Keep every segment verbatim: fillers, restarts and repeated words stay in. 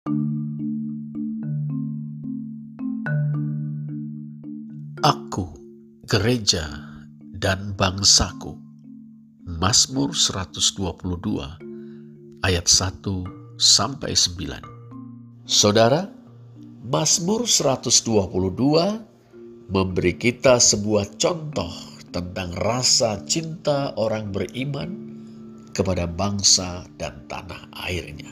Aku, gereja, dan bangsaku. Mazmur seratus dua puluh dua ayat satu sampai sembilan. Saudara, Mazmur seratus dua puluh dua memberi kita sebuah contoh tentang rasa cinta orang beriman kepada bangsa dan tanah airnya.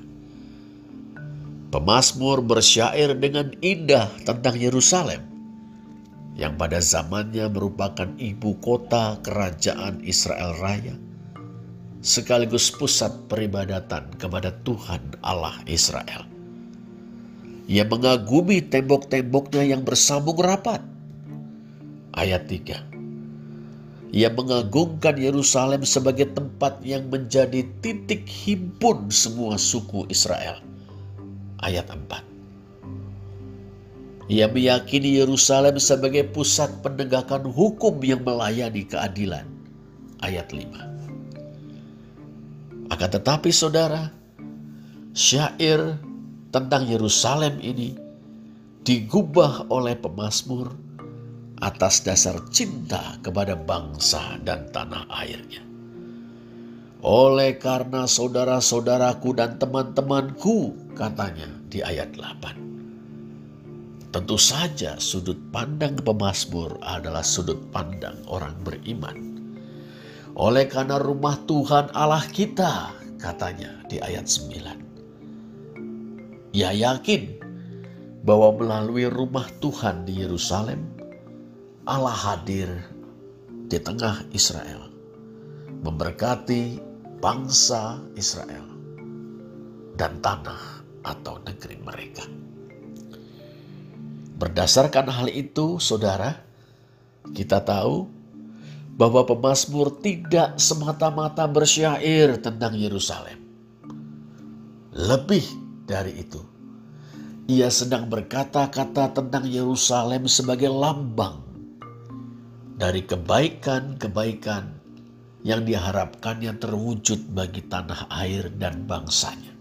Pemazmur bersyair dengan indah tentang Yerusalem, yang pada zamannya merupakan ibu kota kerajaan Israel Raya, sekaligus pusat peribadatan kepada Tuhan Allah Israel. Ia mengagumi tembok-temboknya yang bersambung rapat. Ayat tiga. Ia mengagungkan Yerusalem sebagai tempat yang menjadi titik himpun semua suku Israel. Ayat empat. Ia meyakini Yerusalem sebagai pusat penegakan hukum yang melayani keadilan. Ayat lima. Akan tetapi saudara, syair tentang Yerusalem ini digubah oleh pemazmur atas dasar cinta kepada bangsa dan tanah airnya. Oleh karena saudara-saudaraku dan teman-temanku, katanya di ayat delapan. Tentu saja sudut pandang pemazmur adalah sudut pandang orang beriman. Oleh karena rumah Tuhan Allah kita, katanya di ayat sembilan. Ia yakin bahwa melalui rumah Tuhan di Yerusalem, Allah hadir di tengah Israel, memberkati bangsa Israel dan tanah atau negeri mereka. Berdasarkan hal itu, saudara, kita tahu bahwa pemazmur tidak semata-mata bersyair tentang Yerusalem. Lebih dari itu, ia sedang berkata-kata tentang Yerusalem sebagai lambang dari kebaikan-kebaikan yang diharapkannya terwujud bagi tanah air dan bangsanya.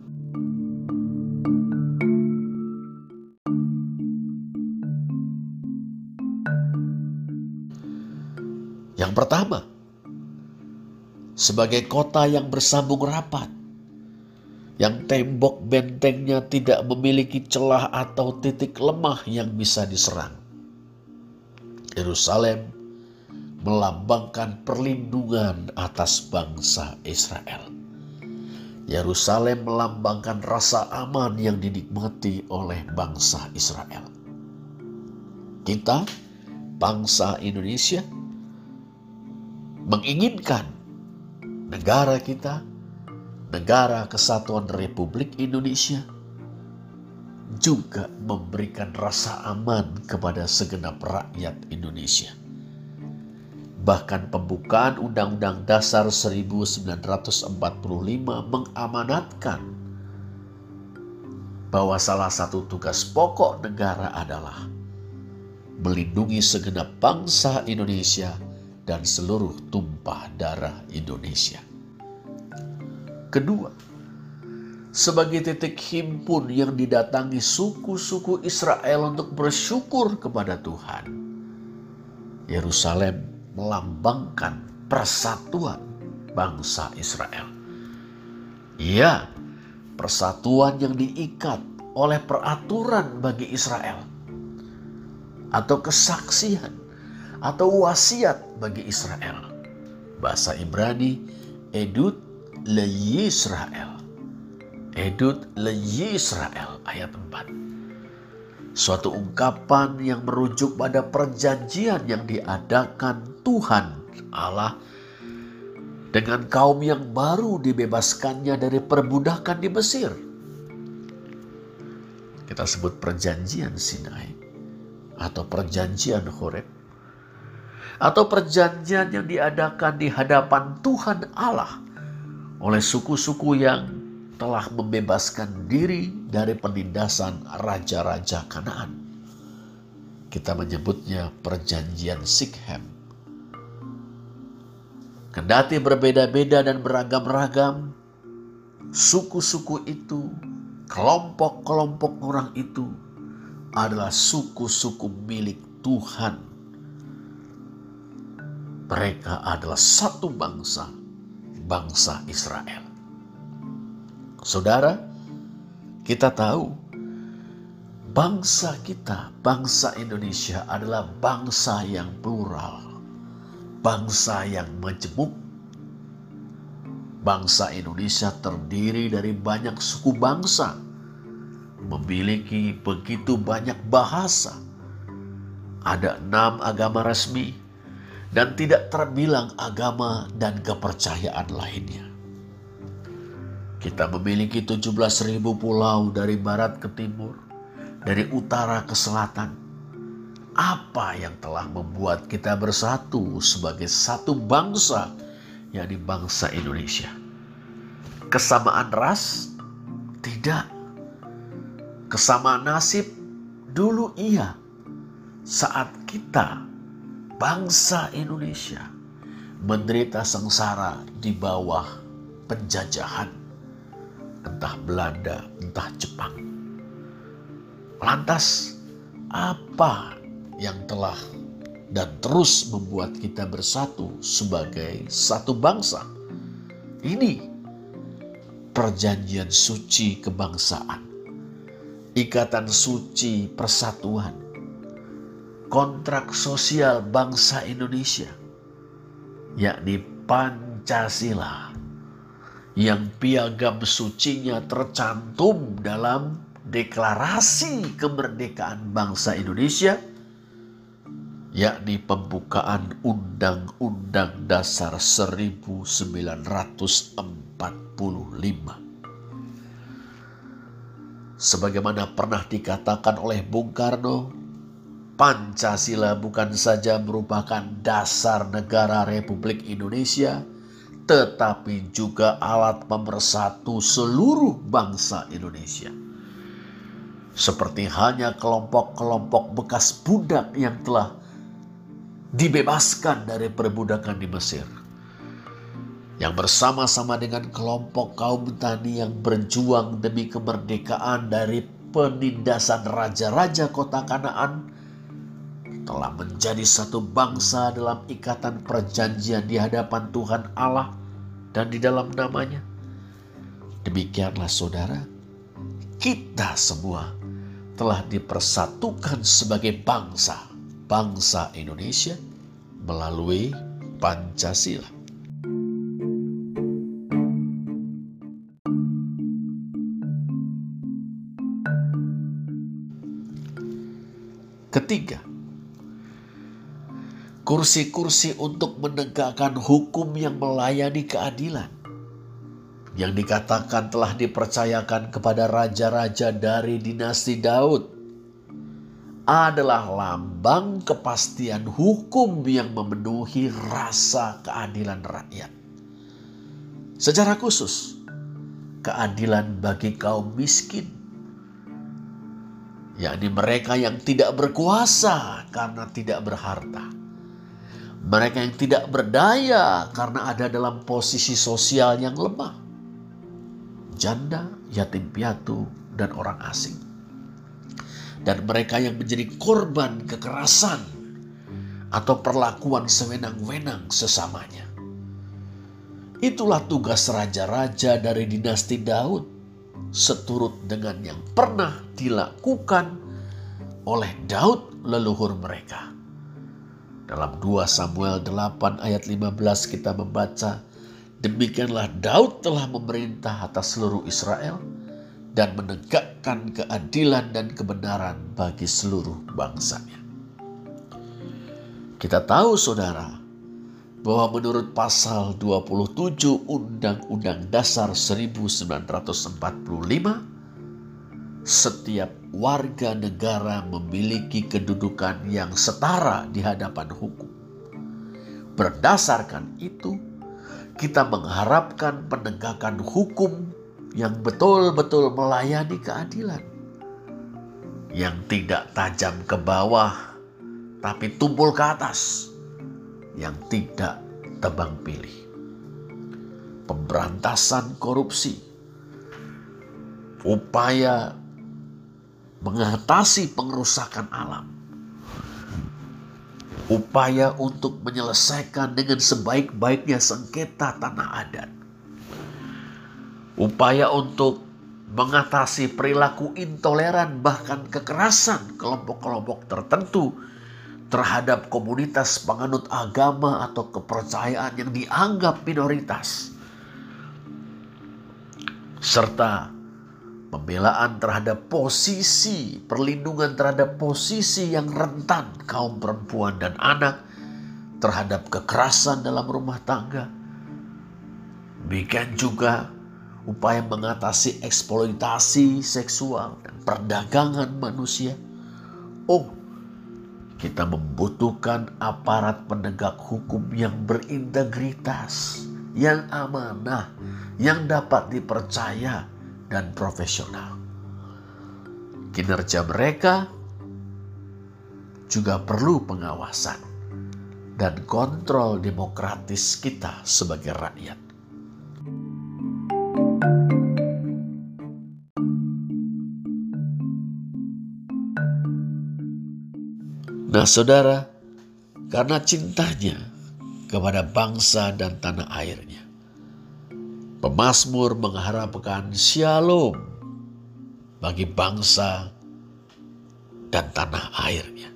Yang pertama, sebagai kota yang bersambung rapat, yang tembok bentengnya tidak memiliki celah atau titik lemah yang bisa diserang. Yerusalem melambangkan perlindungan atas bangsa Israel. Yerusalem melambangkan rasa aman yang dinikmati oleh bangsa Israel. Kita, bangsa Indonesia, menginginkan negara kita, negara kesatuan Republik Indonesia, juga memberikan rasa aman kepada segenap rakyat Indonesia. Bahkan pembukaan Undang-Undang Dasar seribu sembilan ratus empat puluh lima mengamanatkan bahwa salah satu tugas pokok negara adalah melindungi segenap bangsa Indonesia dan seluruh tumpah darah Indonesia. Kedua, sebagai titik himpun yang didatangi suku-suku Israel untuk bersyukur kepada Tuhan, Yerusalem melambangkan persatuan bangsa Israel. Ya, persatuan yang diikat oleh peraturan bagi Israel, atau kesaksian, atau wasiat bagi Israel. Bahasa Ibrani, Edut le Yisrael. Edut le Yisrael, ayat empat. Suatu ungkapan yang merujuk pada perjanjian yang diadakan Tuhan Allah dengan kaum yang baru dibebaskannya dari perbudakan di Mesir. Kita sebut perjanjian Sinai atau perjanjian Horeb, atau perjanjian yang diadakan di hadapan Tuhan Allah oleh suku-suku yang telah membebaskan diri dari penindasan raja-raja Kanaan. Kita menyebutnya perjanjian Sikhem. Kendati berbeda-beda dan beragam-ragam, suku-suku itu kelompok-kelompok orang itu adalah suku-suku milik Tuhan. Mereka adalah satu bangsa, bangsa Israel. Saudara, kita tahu bangsa kita, bangsa Indonesia adalah bangsa yang plural, bangsa yang majemuk. Bangsa Indonesia terdiri dari banyak suku bangsa, memiliki begitu banyak bahasa, ada enam agama resmi, dan tidak terbilang agama dan kepercayaan lainnya. Kita memiliki tujuh belas ribu pulau dari barat ke timur, dari utara ke selatan. Apa yang telah membuat kita bersatu sebagai satu bangsa, yakni bangsa Indonesia? Kesamaan ras? Tidak. Kesamaan nasib? Dulu iya. Saat kita, bangsa Indonesia, menderita sengsara di bawah penjajahan, entah Belanda, entah Jepang. Lantas, apa yang telah dan terus membuat kita bersatu sebagai satu bangsa? Ini perjanjian suci kebangsaan, ikatan suci persatuan, kontrak sosial bangsa Indonesia, yakni Pancasila, yang piagam sucinya tercantum dalam Deklarasi Kemerdekaan Bangsa Indonesia, yakni pembukaan Undang-Undang Dasar seribu sembilan ratus empat puluh lima. Sebagaimana pernah dikatakan oleh Bung Karno, Pancasila bukan saja merupakan dasar negara Republik Indonesia, tetapi juga alat pemersatu seluruh bangsa Indonesia. Seperti halnya kelompok-kelompok bekas budak yang telah dibebaskan dari perbudakan di Mesir, yang bersama-sama dengan kelompok kaum tani yang berjuang demi kemerdekaan dari penindasan raja-raja kota Kanaan, telah menjadi satu bangsa dalam ikatan perjanjian di hadapan Tuhan Allah dan di dalam namanya. Demikianlah saudara, kita semua telah dipersatukan sebagai bangsa, bangsa Indonesia melalui Pancasila. Ketiga, kursi-kursi untuk menegakkan hukum yang melayani keadilan, yang dikatakan telah dipercayakan kepada raja-raja dari dinasti Daud, adalah lambang kepastian hukum yang memenuhi rasa keadilan rakyat. Secara khusus, keadilan bagi kaum miskin, yakni mereka yang tidak berkuasa karena tidak berharta, mereka yang tidak berdaya karena ada dalam posisi sosial yang lemah, janda, yatim piatu, dan orang asing, dan mereka yang menjadi korban kekerasan atau perlakuan sewenang-wenang sesamanya. Itulah tugas raja-raja dari dinasti Daud, seturut dengan yang pernah dilakukan oleh Daud leluhur mereka. Dalam dua Samuel delapan ayat lima belas kita membaca, demikianlah Daud telah memerintah atas seluruh Israel dan menegakkan keadilan dan kebenaran bagi seluruh bangsanya. Kita tahu saudara, bahwa menurut pasal dua puluh tujuh Undang-Undang Dasar seribu sembilan ratus empat puluh lima, setiap warga negara memiliki kedudukan yang setara di hadapan hukum. Berdasarkan itu, kita mengharapkan penegakan hukum yang betul-betul melayani keadilan, yang tidak tajam ke bawah, tapi tumpul ke atas, yang tidak tebang pilih. Pemberantasan korupsi, upaya mengatasi pengerusakan alam, upaya untuk menyelesaikan dengan sebaik-baiknya sengketa tanah adat, upaya untuk mengatasi perilaku intoleran bahkan kekerasan kelompok-kelompok tertentu terhadap komunitas penganut agama atau kepercayaan yang dianggap minoritas, serta pembelaan terhadap posisi, perlindungan terhadap posisi yang rentan kaum perempuan dan anak terhadap kekerasan dalam rumah tangga. Demikian juga upaya mengatasi eksploitasi seksual dan perdagangan manusia. Oh, kita membutuhkan aparat penegak hukum yang berintegritas, yang amanah, yang dapat dipercaya dan profesional. Kinerja mereka juga perlu pengawasan dan kontrol demokratis kita sebagai rakyat. Nah saudara, karena cintanya kepada bangsa dan tanah airnya, pemazmur mengharapkan shalom bagi bangsa dan tanah airnya.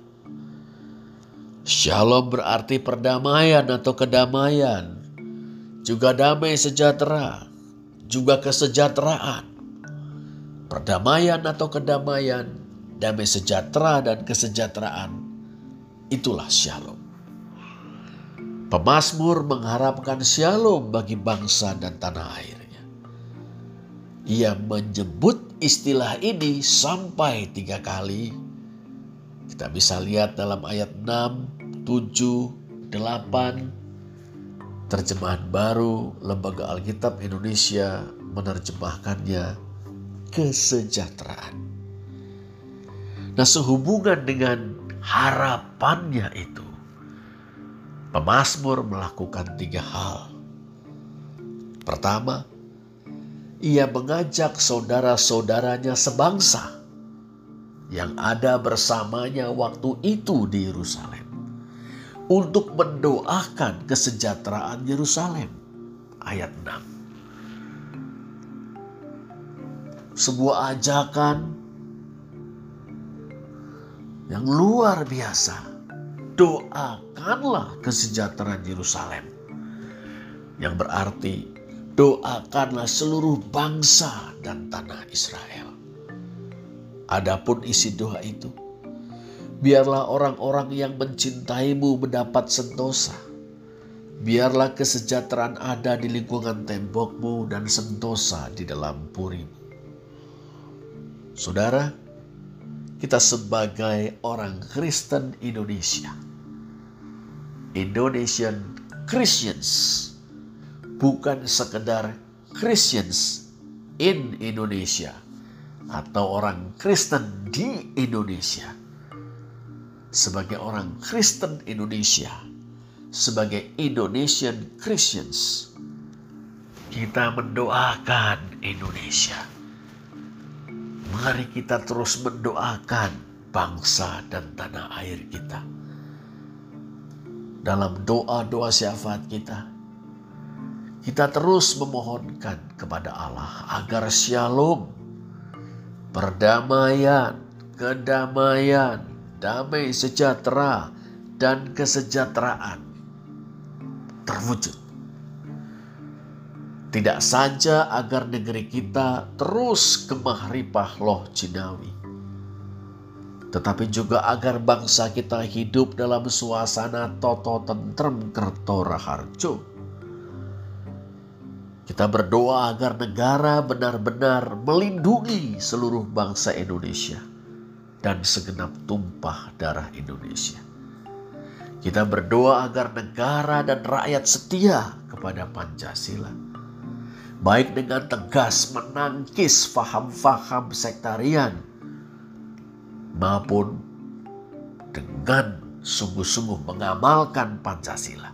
Shalom berarti perdamaian atau kedamaian, juga damai sejahtera, juga kesejahteraan. Perdamaian atau kedamaian, damai sejahtera dan kesejahteraan, itulah shalom. Pemazmur mengharapkan shalom bagi bangsa dan tanah airnya. Ia menyebut istilah ini sampai tiga kali. Kita bisa lihat dalam ayat enam, tujuh, delapan. Terjemahan baru Lembaga Alkitab Indonesia menerjemahkannya kesejahteraan. Nah, sehubungan dengan harapannya itu, pemazmur melakukan tiga hal. Pertama, ia mengajak saudara-saudaranya sebangsa yang ada bersamanya waktu itu di Yerusalem untuk mendoakan kesejahteraan Yerusalem. Ayat enam. Sebuah ajakan yang luar biasa. Doakanlah kesejahteraan Yerusalem. Yang berarti doakanlah seluruh bangsa dan tanah Israel. Adapun isi doa itu, biarlah orang-orang yang mencintaimu mendapat sentosa. Biarlah kesejahteraan ada di lingkungan tembokmu dan sentosa di dalam purimu. Saudara, kita sebagai orang Kristen Indonesia, Indonesian Christians, bukan sekedar Christians in Indonesia atau orang Kristen di Indonesia. Sebagai orang Kristen Indonesia, sebagai Indonesian Christians, kita mendoakan Indonesia. Mari kita terus mendoakan bangsa dan tanah air kita. Dalam doa-doa syafaat kita, kita terus memohonkan kepada Allah agar shalom, perdamaian, kedamaian, damai sejahtera, dan kesejahteraan terwujud. Tidak saja agar negeri kita terus kemahripah loh jinawi, tetapi juga agar bangsa kita hidup dalam suasana toto tentrem kerto raharjo. Kita berdoa agar negara benar-benar melindungi seluruh bangsa Indonesia dan segenap tumpah darah Indonesia. Kita berdoa agar negara dan rakyat setia kepada Pancasila, baik dengan tegas menangkis faham-faham sektarian maupun dengan sungguh-sungguh mengamalkan Pancasila.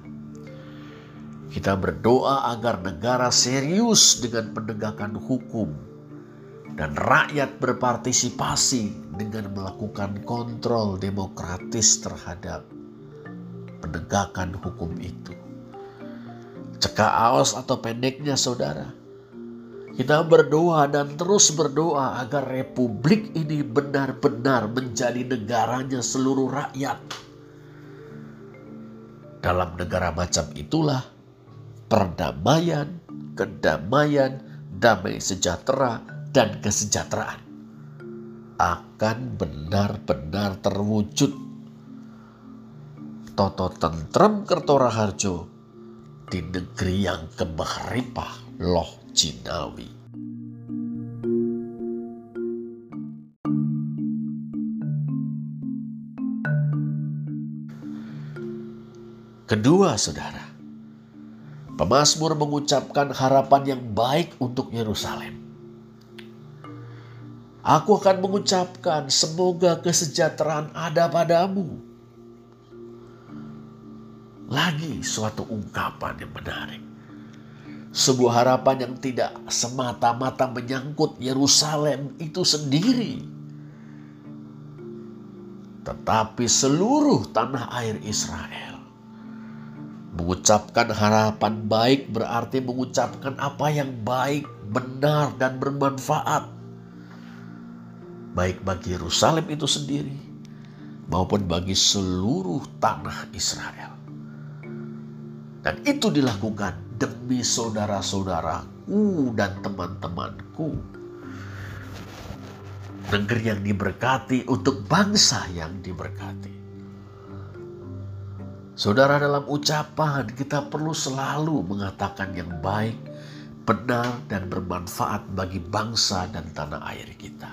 Kita berdoa agar negara serius dengan penegakan hukum dan rakyat berpartisipasi dengan melakukan kontrol demokratis terhadap penegakan hukum itu. Cekak aos atau pendeknya saudara, kita berdoa dan terus berdoa agar republik ini benar-benar menjadi negaranya seluruh rakyat. Dalam negara macam itulah perdamaian, kedamaian, damai sejahtera, dan kesejahteraan akan benar-benar terwujud. Toto tentrem Kertoraharjo di negeri yang kembang ripah loh jinawi. Kedua saudara, pemazmur mengucapkan harapan yang baik untuk Yerusalem. Aku akan mengucapkan semoga kesejahteraan ada padamu. Lagi suatu ungkapan yang menarik. Sebuah harapan yang tidak semata-mata menyangkut Yerusalem itu sendiri, tetapi seluruh tanah air Israel. Mengucapkan harapan baik berarti mengucapkan apa yang baik, benar, dan bermanfaat. Baik bagi Yerusalem itu sendiri maupun bagi seluruh tanah Israel. Dan itu dilakukan demi saudara-saudaraku dan teman-temanku. Negeri yang diberkati untuk bangsa yang diberkati. Saudara, dalam ucapan kita perlu selalu mengatakan yang baik, benar, dan bermanfaat bagi bangsa dan tanah air kita.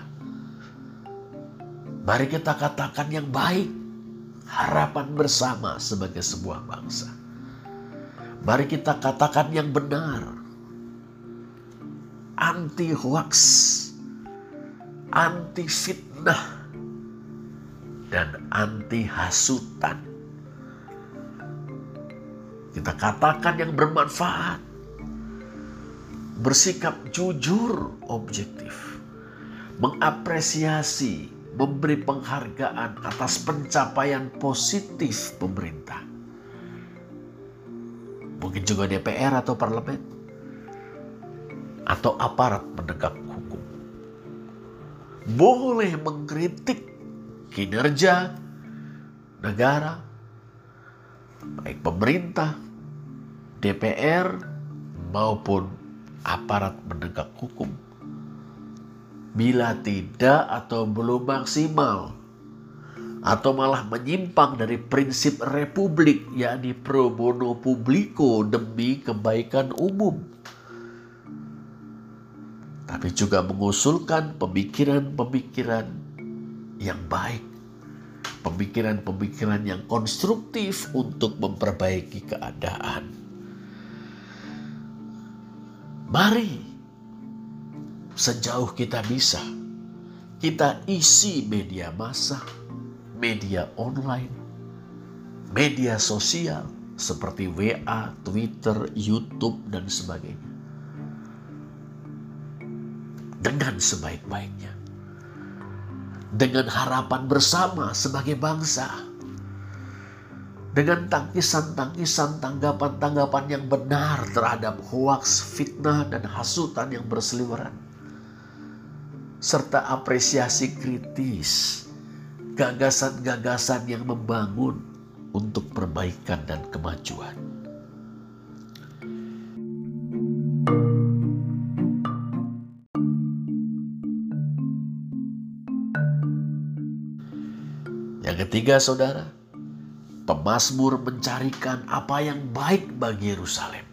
Mari kita katakan yang baik, harapan bersama sebagai sebuah bangsa. Mari kita katakan yang benar, anti hoax, anti fitnah, dan anti hasutan. Kita katakan yang bermanfaat, bersikap jujur, objektif, mengapresiasi, memberi penghargaan atas pencapaian positif pemerintah. Mungkin juga D P R atau parlemen, atau aparat penegak hukum. Boleh mengkritik kinerja negara, baik pemerintah, D P R, maupun aparat penegak hukum. Bila tidak atau belum maksimal, atau malah menyimpang dari prinsip republik, yakni pro bono publico, demi kebaikan umum. Tapi juga mengusulkan pemikiran-pemikiran yang baik, pemikiran-pemikiran yang konstruktif untuk memperbaiki keadaan. Mari sejauh kita bisa, kita isi media massa, media online, media sosial seperti W A, Twitter, YouTube, dan sebagainya dengan sebaik-baiknya, dengan harapan bersama sebagai bangsa, dengan tangkisan-tangkisan, tanggapan-tanggapan yang benar terhadap hoaks, fitnah, dan hasutan yang berseliweran, serta apresiasi kritis, gagasan-gagasan yang membangun untuk perbaikan dan kemajuan. Yang ketiga, saudara, pemazmur mencarikan apa yang baik bagi Yerusalem.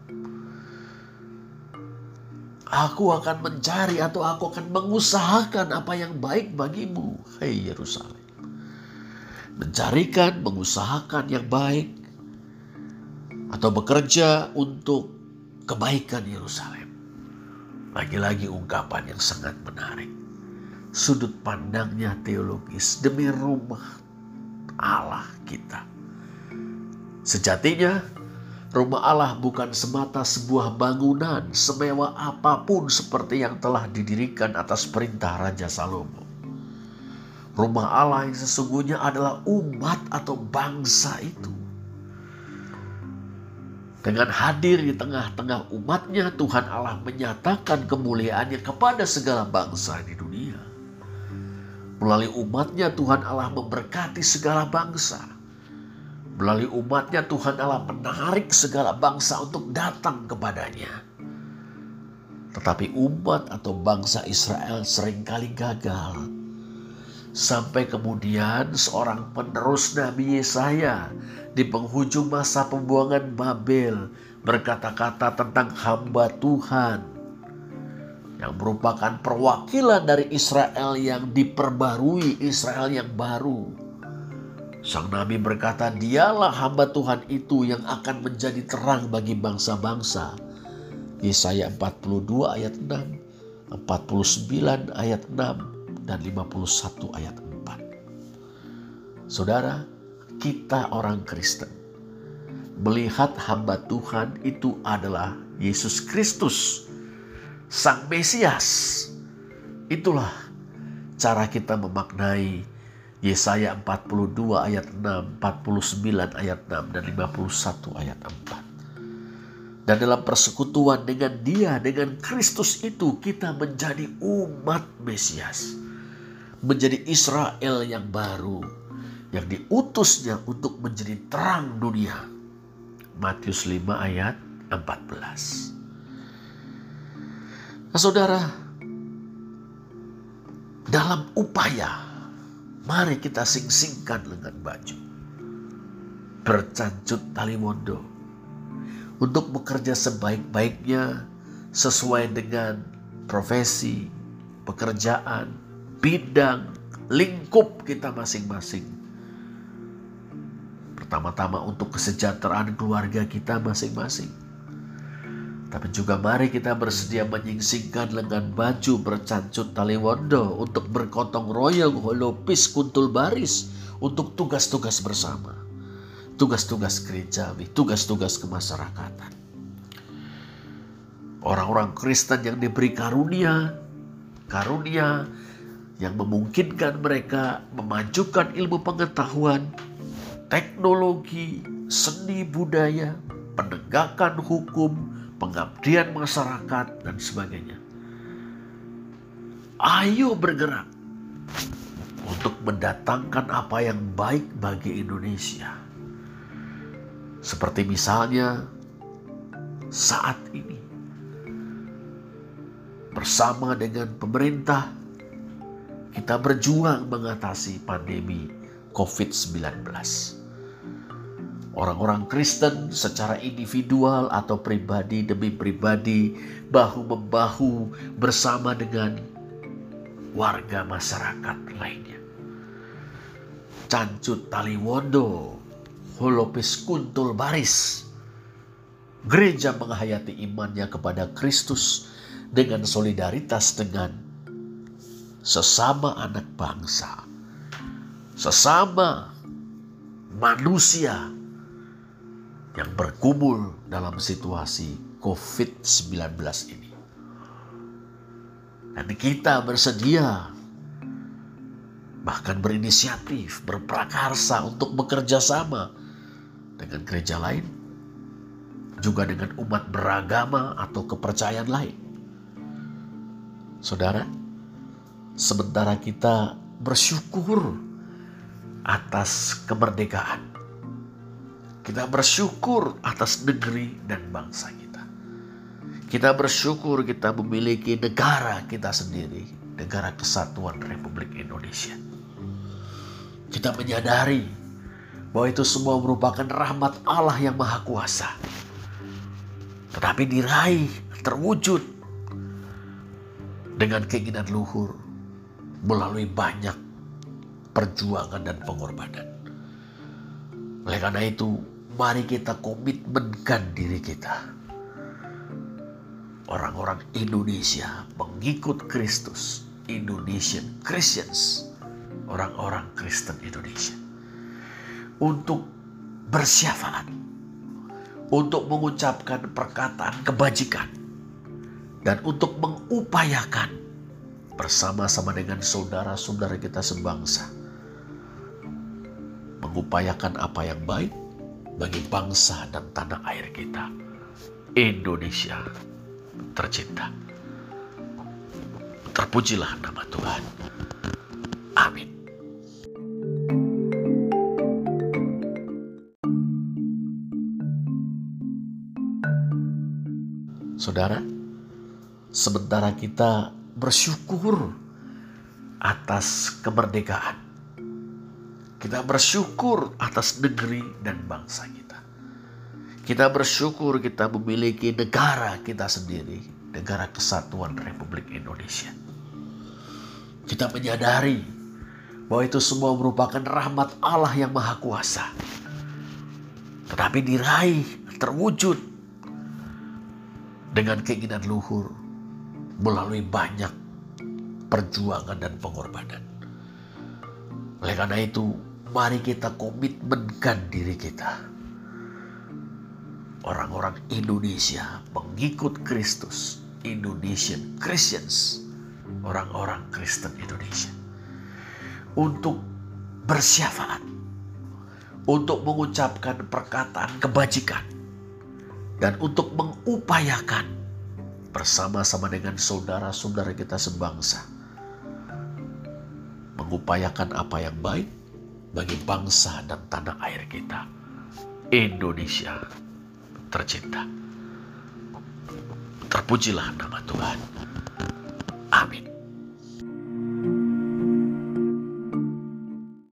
Aku akan mencari atau aku akan mengusahakan apa yang baik bagimu, hai Yerusalem. Mencarikan, mengusahakan yang baik, atau bekerja untuk kebaikan Yerusalem. Lagi-lagi ungkapan yang sangat menarik. Sudut pandangnya teologis demi rumah Allah kita. Sejatinya Rumah Allah bukan semata sebuah bangunan semewah apapun seperti yang telah didirikan atas perintah Raja Salomo. Rumah Allah yang sesungguhnya adalah umat atau bangsa itu. Dengan hadir di tengah-tengah umatnya, Tuhan Allah menyatakan kemuliaannya kepada segala bangsa di dunia. Melalui umatnya Tuhan Allah memberkati segala bangsa. Melalui umatnya Tuhan Allah menarik segala bangsa untuk datang kepadanya. Tetapi umat atau bangsa Israel seringkali gagal. Sampai kemudian seorang penerus Nabi Yesaya di penghujung masa pembuangan Babel berkata-kata tentang hamba Tuhan yang merupakan perwakilan dari Israel yang diperbarui, Israel yang baru. Sang Nabi berkata, dialah hamba Tuhan itu yang akan menjadi terang bagi bangsa-bangsa. Yesaya empat puluh dua ayat enam, empat puluh sembilan ayat enam, dan lima puluh satu ayat empat. Saudara, kita orang Kristen melihat hamba Tuhan itu adalah Yesus Kristus, Sang Mesias. Itulah cara kita memaknai Yesaya empat puluh dua ayat enam, empat puluh sembilan ayat enam, dan lima puluh satu ayat empat. Dan dalam persekutuan dengan Dia, dengan Kristus itu, kita menjadi umat Mesias. Menjadi Israel yang baru, yang diutusnya untuk menjadi terang dunia. Matius lima ayat empat belas. Nah, saudara, dalam upaya, mari kita sing-singkan lengan baju, bercancut tali mondo, untuk bekerja sebaik-baiknya sesuai dengan profesi, pekerjaan, bidang, lingkup kita masing-masing. Pertama-tama untuk kesejahteraan keluarga kita masing-masing. Tapi juga mari kita bersedia menyingsingkan lengan baju, bercancut tali wondo untuk bergotong royong, holopis, kuntul baris untuk tugas-tugas bersama, tugas-tugas gerejawi, tugas-tugas kemasyarakatan. Orang-orang Kristen yang diberi karunia, karunia yang memungkinkan mereka memajukan ilmu pengetahuan, teknologi, seni budaya, penegakan hukum, pengabdian masyarakat, dan sebagainya. Ayo bergerak untuk mendatangkan apa yang baik bagi Indonesia. Seperti misalnya saat ini, bersama dengan pemerintah, kita berjuang mengatasi pandemi covid sembilan belas. Orang-orang Kristen secara individual atau pribadi demi pribadi, bahu-membahu bersama dengan warga masyarakat lainnya. Cancut tali wondo, holopis kuntul baris. Gereja menghayati imannya kepada Kristus dengan solidaritas dengan sesama anak bangsa, sesama manusia yang bergumul dalam situasi covid sembilan belas ini. Dan kita bersedia, bahkan berinisiatif, berprakarsa untuk bekerja sama dengan gereja lain, juga dengan umat beragama atau kepercayaan lain. Saudara, sementara kita bersyukur atas kemerdekaan, kita bersyukur atas negeri dan bangsa kita. Kita bersyukur kita memiliki negara kita sendiri, Negara Kesatuan Republik Indonesia. Kita menyadari bahwa itu semua merupakan rahmat Allah yang Maha Kuasa. Tetapi diraih, terwujud dengan keinginan luhur melalui banyak perjuangan dan pengorbanan. Oleh karena itu, mari kita komitmenkan diri kita. Orang-orang Indonesia mengikut Kristus, Indonesian Christians, orang-orang Kristen Indonesia, untuk bersyafaat, untuk mengucapkan perkataan kebajikan, dan untuk mengupayakan bersama-sama dengan saudara-saudara kita sebangsa, mengupayakan apa yang baik bagi bangsa dan tanah air kita, Indonesia tercinta. Terpujilah nama Tuhan. Amin. Saudara, sementara kita bersyukur atas kemerdekaan, kita bersyukur atas negeri dan bangsa kita. Kita bersyukur kita memiliki negara kita sendiri, Negara Kesatuan Republik Indonesia. Kita menyadari bahwa itu semua merupakan rahmat Allah yang Maha Kuasa, tetapi diraih, terwujud dengan keinginan luhur melalui banyak perjuangan dan pengorbanan. Oleh karena itu, mari kita komitmenkan diri kita, orang-orang Indonesia pengikut Kristus, Indonesian Christians, orang-orang Kristen Indonesia, untuk bersyafaat, untuk mengucapkan perkataan kebajikan, dan untuk mengupayakan bersama-sama dengan saudara-saudara kita sebangsa, mengupayakan apa yang baik bagi bangsa dan tanah air kita, Indonesia tercinta. Terpujilah nama Tuhan. Amin.